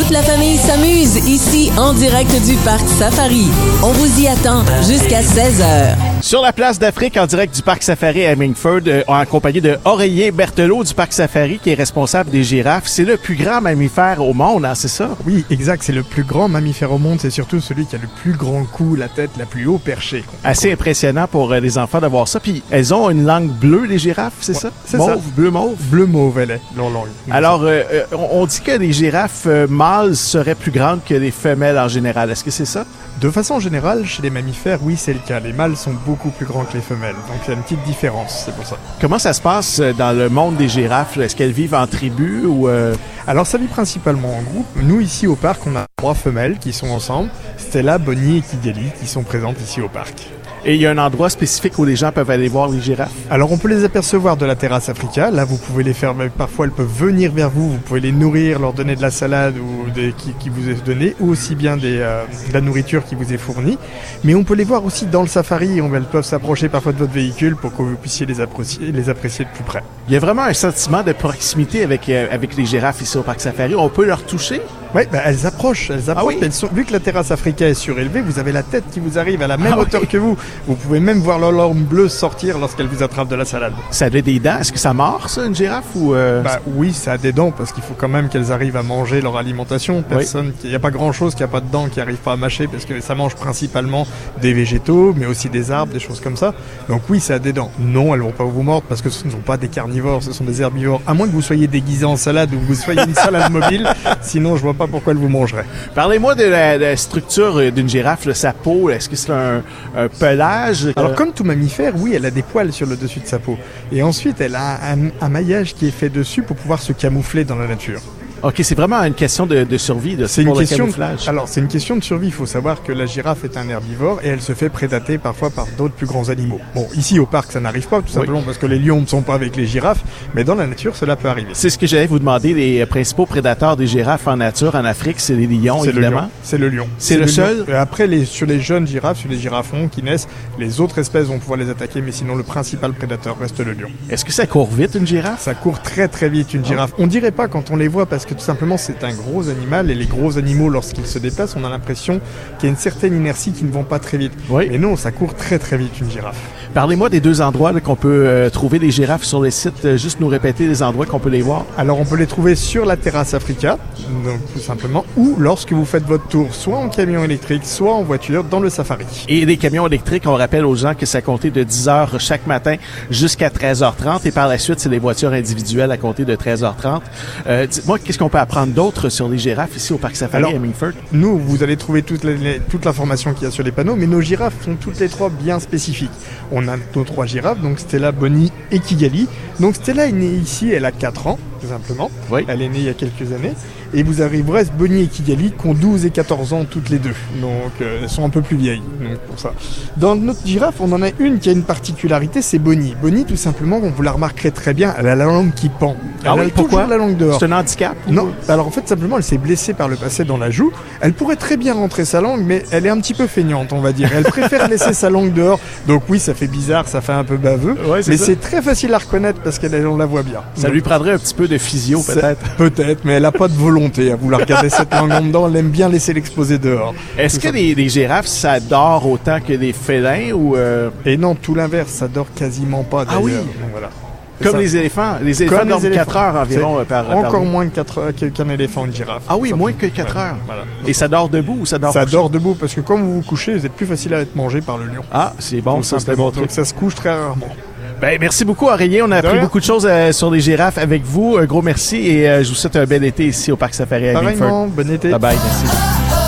Toute la famille s'amuse ici en direct du Parc Safari. On vous y attend jusqu'à 16h. Sur la place d'Afrique, en direct du Parc Safari à Hemingford, en compagnie de Oreiller Berthelot du Parc Safari, qui est responsable des girafes. C'est le plus grand mammifère au monde, hein, c'est ça? Oui, exact. C'est le plus grand mammifère au monde. C'est surtout celui qui a le plus grand cou, la tête la plus haut perchée. Assez impressionnant pour les enfants d'avoir ça. Puis elles ont une langue bleue, les girafes, c'est ça? C'est mauve, ça. Bleu-mauve? Bleu-mauve, elle est, leur langue. Alors, on dit que les girafes mâles seraient plus grandes que les femelles en général. Est-ce que c'est ça? De façon générale, chez les mammifères, oui, c'est le cas. Les mâles sont beaucoup plus grands que les femelles. Donc, il y a une petite différence, c'est pour ça. Comment ça se passe dans le monde des girafes? Est-ce qu'elles vivent en tribu ou... Alors, ça vit principalement en groupe. Nous, ici au parc, on a 3 femelles qui sont ensemble. Stella, Bonnie et Kigali qui sont présentes ici au parc. Et il y a un endroit spécifique où les gens peuvent aller voir les girafes? Alors, on peut les apercevoir de la terrasse Africa. Là, vous pouvez les faire, parfois elles peuvent venir vers vous. Vous pouvez les nourrir, leur donner de la salade ou qui vous est donnée, ou aussi bien de la nourriture qui vous est fournie. Mais on peut les voir aussi dans le safari. Elles peuvent s'approcher parfois de votre véhicule pour que vous puissiez les apprécier de plus près. Il y a vraiment un sentiment de proximité avec les girafes ici au Parc Safari. On peut leur toucher? Oui, elles approchent. Ah oui? Vu que la terrasse Africa est surélevée, vous avez la tête qui vous arrive à la même hauteur que vous. Vous pouvez même voir leur langue bleue sortir lorsqu'elle vous attrape de la salade. Ça a des dents. Est-ce que ça mord, ça, une girafe? Oui, ça a des dents parce qu'il faut quand même qu'elles arrivent à manger leur alimentation. Il n'y a pas grand-chose qui n'a pas de dents, qui n'arrive pas à mâcher parce que ça mange principalement des végétaux, mais aussi des arbres, des choses comme ça. Donc oui, ça a des dents. Non, elles ne vont pas vous mordre parce que ce ne sont pas des carnivores, ce sont des herbivores. À moins que vous soyez déguisé en salade ou que vous soyez une salade mobile. Sinon, je vois pas pourquoi elle vous mangerait. Parlez-moi de la structure d'une girafe, sa peau. Est-ce que c'est un pelage? Alors, comme tout mammifère, oui, elle a des poils sur le dessus de sa peau. Et ensuite, elle a un maillage qui est fait dessus pour pouvoir se camoufler dans la nature. OK, c'est vraiment une question de survie, c'est une question camouflage. Alors, c'est une question de survie. Il faut savoir que la girafe est un herbivore et elle se fait prédater parfois par d'autres plus grands animaux. Bon, ici au parc, ça n'arrive pas, tout simplement parce que les lions ne sont pas avec les girafes, mais dans la nature, cela peut arriver. C'est ce que j'allais vous demander. Les principaux prédateurs des girafes en nature, en Afrique, c'est les lions, évidemment. C'est le lion. C'est le seul? Après, sur les jeunes girafes, sur les girafons qui naissent, les autres espèces vont pouvoir les attaquer, mais sinon, le principal prédateur reste le lion. Est-ce que ça court vite, une girafe? Ça court très très vite, une girafe. On dirait pas quand on les voit parce que tout simplement, c'est un gros animal et les gros animaux, lorsqu'ils se déplacent, on a l'impression qu'il y a une certaine inertie qui ne vont pas très vite. Oui. Mais non, ça court très très vite, une girafe. Parlez-moi des 2 endroits là, qu'on peut trouver les girafes sur les sites. Juste nous répéter les endroits qu'on peut les voir. Alors, on peut les trouver sur la terrasse Africa, donc tout simplement, ou lorsque vous faites votre tour, soit en camion électrique, soit en voiture, dans le safari. Et les camions électriques, on rappelle aux gens que ça comptait de 10h chaque matin jusqu'à 13h30. Et par la suite, c'est les voitures individuelles à compter de 13h30. Dites-moi, qu'est-ce qu'on peut apprendre d'autre sur les girafes ici au Parc Safari à Hemingford? Nous, vous allez trouver toute l'information qu'il y a sur les panneaux, mais nos girafes sont toutes les 3 bien spécifiques. On a nos 3 girafes, donc Stella, Bonnie et Kigali. Donc Stella est née ici, elle a 4 ans, tout simplement. Oui. Elle est née il y a quelques années. Et vous arriverez Bonnie et Kigali qui ont 12 et 14 ans toutes les deux. Donc elles sont un peu plus vieilles. Donc, pour ça. Dans notre girafe, on en a une qui a une particularité, c'est Bonnie. Bonnie, tout simplement, vous la remarquerez très bien, elle a la langue qui pend. Elle a toujours la langue dehors. C'est un handicap? Non. Alors en fait, simplement, elle s'est blessée par le passé dans la joue. Elle pourrait très bien rentrer sa langue, mais elle est un petit peu feignante, on va dire. Elle préfère laisser sa langue dehors. Donc oui, ça fait bizarre, ça fait un peu baveux. Ouais, mais c'est très facile à reconnaître parce qu'on la voit bien. Ça lui prendrait un petit peu de physio, peut-être? Peut-être, mais elle n'a pas de volonté à vouloir garder cette langue en dedans. Elle aime bien laisser l'exposer dehors. Est-ce que les girafes, ça dort autant que les félins ou Et non, tout l'inverse, ça dort quasiment pas d'ailleurs. Ah oui. Donc, voilà. Comme les éléphants. Les éléphants dorment 4 heures environ par encore moins de 4 heures qu'un éléphant, une girafe. Ah oui, moins que 4 heures. Voilà. Et ça dort debout ou ça dort couché? Dort debout parce que quand vous vous couchez, vous êtes plus facile à être mangé par le lion. Ah, c'est bon, ça c'est un bon truc. Donc ça se couche très rarement. Merci beaucoup, Oreiller. On a appris beaucoup de choses sur les girafes avec vous. Un gros merci et je vous souhaite un bel été ici au Parc Safari à Hemingford. Pareillement, bon été. Bye bye, merci.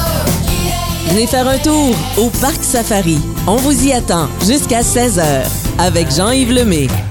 Venez faire un tour au Parc Safari. On vous y attend jusqu'à 16h avec Jean-Yves Lemay.